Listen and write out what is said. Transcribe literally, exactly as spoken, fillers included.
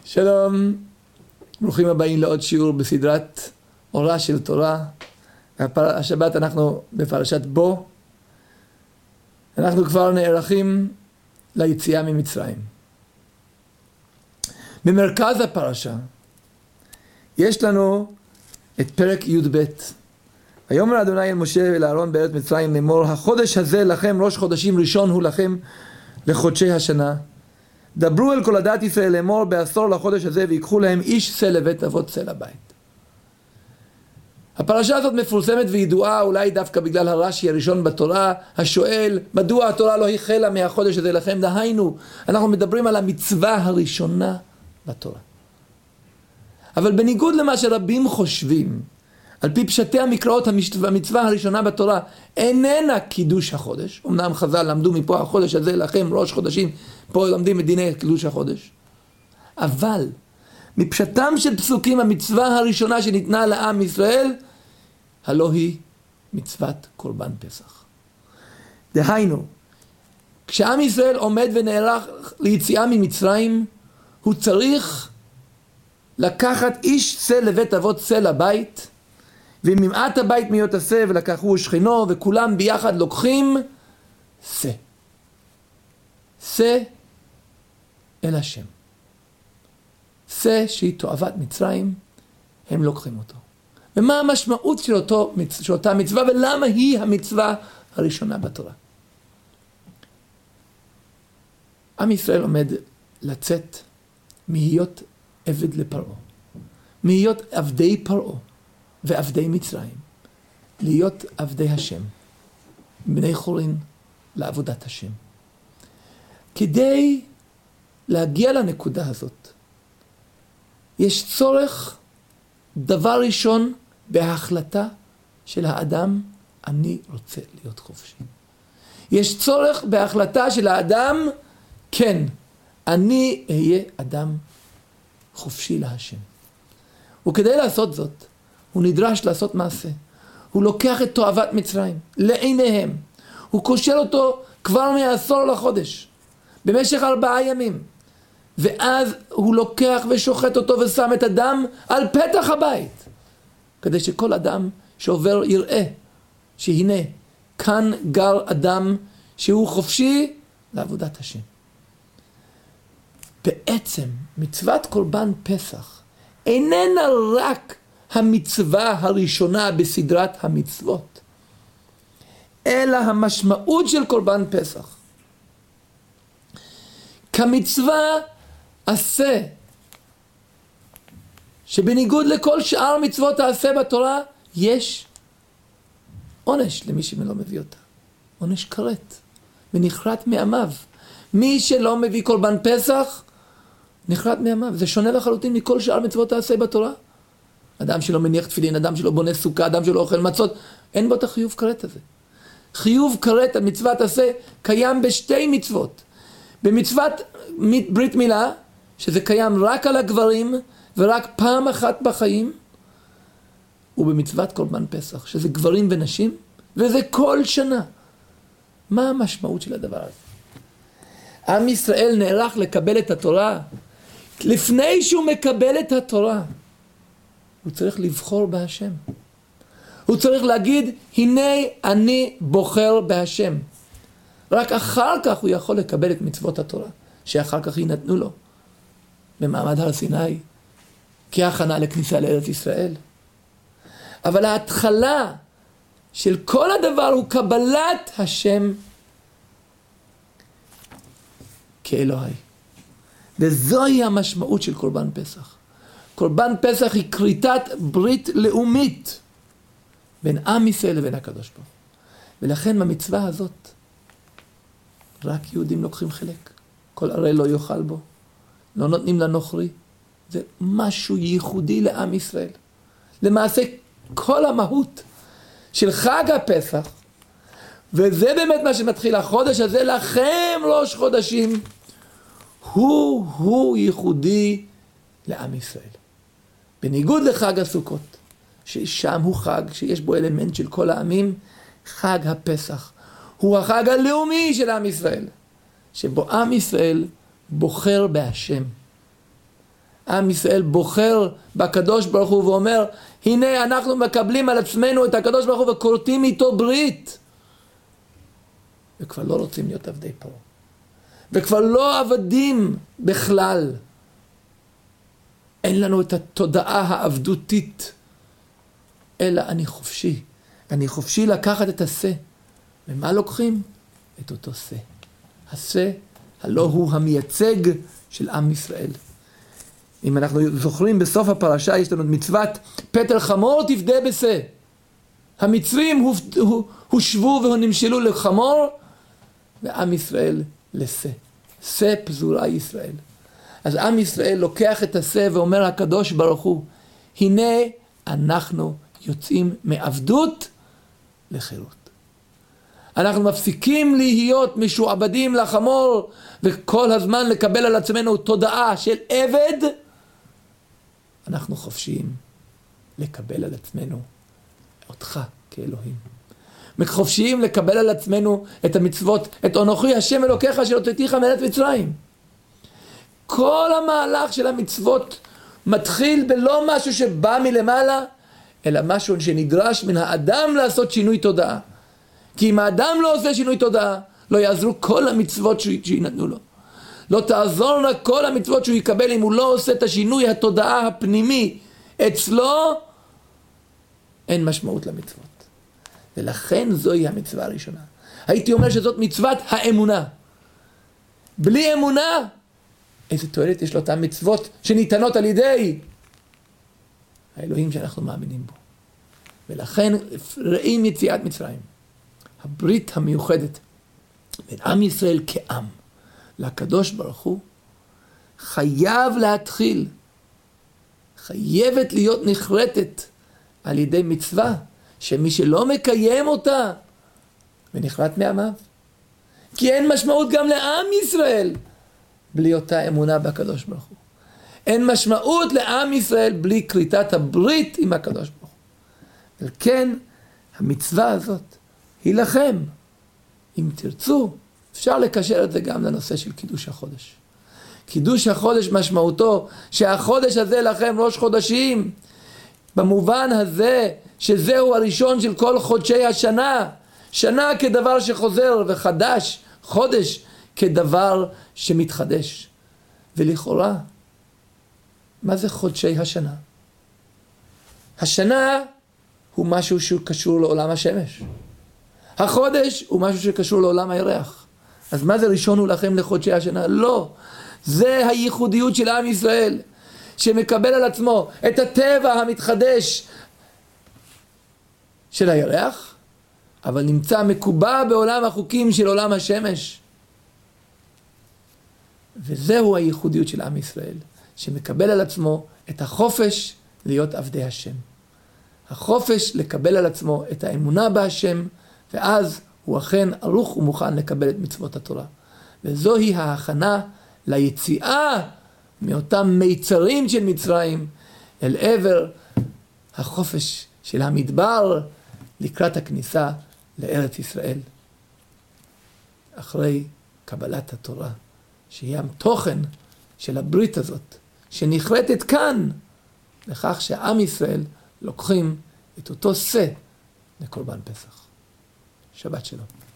שלום, ברוכים הבאים לעוד שיעור בסדרת אורה של תורה. השבת אנחנו בפרשת בו. אנחנו כבר נערכים ליציאה ממצרים. במרכז הפרשה יש לנו את פרק י' ב'. ויאמר אדוני אל משה ואל אהרון בארץ מצרים לאמור, החודש הזה לכם ראש חודשים ראשון הוא לכם לחודשי השנה. דברו אל כל עדת ישראל לאמור בעשור לחודש הזה ויקחו להם איש שא לבית אבות שא לבית. הפרשה הזאת מפורסמת וידועה אולי דווקא בגלל הרש"י הראשון בתורה השואל מדוע התורה לא החלה מהחודש הזה לכם. דהיינו אנחנו מדברים על המצווה הראשונה בתורה. אבל בניגוד למה שרבים חושבים, על פי פשטי המקראות המצווה הראשונה בתורה איננה קידוש החודש. אמנם חז"ל למדו מפה החודש הזה לכם ראש חודשים, פה לומדים מדיני קידוש החודש. אבל מפשטם של פסוקים המצווה הראשונה שניתנה לעם ישראל, הלא היא מצוות קורבן פסח. דהיינו, כשעם ישראל עומד ונערך ליציאה ממצרים, הוא צריך לקחת איש שא לבית אבות שא לבית, וממעט הבית מיות השא ולקחו שכנו, וכולם ביחד לוקחים שא. שא אל השם. שא שהיא תועבת מצרים, הם לוקחים אותו. ומה המשמעות של, אותו, של אותה מצווה, ולמה היא המצווה הראשונה בתורה? עם ישראל עומד לצאת מהיות עבד לפרעה. מהיות עבדי פרעה. ועבדי מצרים, להיות עבדי השם, בני חורין לעבודת השם. כדי להגיע לנקודה הזאת, יש צורך דבר ראשון בהחלטה של האדם, אני רוצה להיות חופשי. יש צורך בהחלטה של האדם, כן, אני אהיה אדם חופשי להשם. וכדי לעשות זאת, הוא נדרש לעשות מעשה. הוא לוקח את תועבת מצרים לעיניהם. הוא קושר אותו כבר מעשור לחודש. במשך ארבעה ימים. ואז הוא לוקח ושוחט אותו ושם את הדם על פתח הבית. כדי שכל אדם שעובר יראה שהנה כאן גר אדם שהוא חופשי לעבודת השם. בעצם מצוות קורבן פסח איננה רק המצווה הראשונה בסדרת המצוות, אלא המשמעות של קורבן פסח. כמצווה עשה, שבניגוד לכל שאר מצוות העשה בתורה, יש עונש למי שלא מביא אותה. עונש כרת, ונכרת מעמיו. מי שלא מביא קורבן פסח, נכרת מעמיו. זה שונה לחלוטין מכל שאר מצוות העשה בתורה. אדם שלא מניח תפילין, אדם שלא בונה סוכה, אדם שלא אוכל מצות, אין בו את החיוב כרת הזה. חיוב כרת על מצוות עשה קיים בשתי מצוות. במצוות ברית מילה, שזה קיים רק על הגברים ורק פעם אחת בחיים, ובמצוות קורבן פסח, שזה גברים ונשים, וזה כל שנה. מה המשמעות של הדבר הזה? עם ישראל נערך לקבל את התורה. לפני שהוא מקבל את התורה, הוא צריך לבחור בהשם. הוא צריך להגיד, הנה אני בוחר בהשם. רק אחר כך הוא יכול לקבל את מצוות התורה, שאחר כך יינתנו לו, במעמד הר סיני, כהכנה לכניסה לארץ ישראל. אבל ההתחלה של כל הדבר הוא קבלת השם כאלוהי. וזוהי המשמעות של קורבן פסח. קורבן פסח היא כריתת ברית לאומית בין עם ישראל לבין הקדוש ברוך הוא. ולכן במצווה הזאת רק יהודים לוקחים חלק. כל ערי לא יאכל בו. לא נותנים לנוכרי. זה משהו ייחודי לעם ישראל. למעשה כל המהות של חג הפסח, וזה באמת מה שמתחיל החודש הזה, לכם ראש חודשים, הוא הוא ייחודי לעם ישראל. בניגוד לחג הסוכות, ששם הוא חג שיש בו אלמנט של כל העמים, חג הפסח הוא החג הלאומי של עם ישראל, שבו עם ישראל בוחר בהשם. עם ישראל בוחר בקדוש ברוך הוא ואומר, הנה אנחנו מקבלים על עצמנו את הקדוש ברוך הוא וקוראים איתו ברית. וכבר לא רוצים להיות עבדי פרעה. וכבר לא עבדים בכלל. אין לנו את התודעה העבדותית, אלא אני חופשי. אני חופשי לקחת את השה. ומה לוקחים? את אותו שה. השה, הלא הוא המייצג של עם ישראל. אם אנחנו זוכרים בסוף הפרשה, יש לנו מצוות פטר חמור תפדה בשה. המצרים הושבו ונמשלו לחמור, ועם ישראל לשה. שה פזורה ישראל. אז עם ישראל לוקח את השה ואומר הקדוש ברוך הוא, הנה אנחנו יוצאים מעבדות לחירות. אנחנו מפסיקים להיות משועבדים לחמור, וכל הזמן לקבל על עצמנו תודעה של עבד. אנחנו חופשיים לקבל על עצמנו אותך כאלוהים. חופשיים לקבל על עצמנו את המצוות, את אנוכי השם אלוקיך אשר הוצאתיך מארץ מצרים. כל המהלך של המצוות מתחיל בלא משהו שבא מלמעלה, אלא משהו שנדרש מן האדם לעשות שינוי תודעה. כי אם האדם לא עושה שינוי תודעה, לא יעזרו כל המצוות שינתנו לו. לא תעזורנה כל המצוות שהוא יקבל אם הוא לא עושה את השינוי התודעה הפנימי אצלו, אין משמעות למצוות. ולכן זוהי המצווה הראשונה. הייתי אומר שזאת מצוות האמונה. בלי אמונה, איזה תועלת יש לאותן מצוות שניתנות על ידי האלוהים שאנחנו מאמינים בו. ולכן ראים יציאת מצרים. הברית המיוחדת בין עם ישראל כעם לקדוש ברוך הוא חייב להתחיל, חייבת להיות נחרטת על ידי מצווה שמי שלא מקיים אותה ונחרט מעמיו. כי אין משמעות גם לעם ישראל בלי אותה אמונה בקדוש ברוך הוא. אין משמעות לעם ישראל בלי כריתת הברית עם הקדוש ברוך הוא. וכן המצווה הזאת היא לכם. אם תרצו, אפשר לקשר את זה גם לנושא של קידוש החודש. קידוש החודש משמעותו שהחודש הזה לכם ראש חודשים, במובן הזה שזהו הראשון של כל חודשי השנה. שנה כדבר שחוזר וחדש, חודש כדבר שמתחדש. ולכאורה, מה זה חודשי השנה? השנה הוא משהו שהוא קשור לעולם השמש. החודש הוא משהו שקשור לעולם הירח. אז מה זה ראשון הוא לכם לחודשי השנה? לא. זה הייחודיות של עם ישראל, שמקבל על עצמו את הטבע המתחדש של הירח, אבל נמצא מקובע בעולם החוקים של עולם השמש. וזהו הייחודיות של עם ישראל, שמקבל על עצמו את החופש להיות עבדי השם. החופש לקבל על עצמו את האמונה בהשם, ואז הוא אכן ערוך ומוכן לקבל את מצוות התורה. וזוהי ההכנה ליציאה מאותם מיצרים של מצרים אל עבר החופש של המדבר לקראת הכניסה לארץ ישראל. אחרי קבלת התורה, שהיא התוכן של הברית הזאת, שנחרטת כאן, לכך שעם ישראל לוקחים את אותו שא לקורבן פסח. שבת שלום.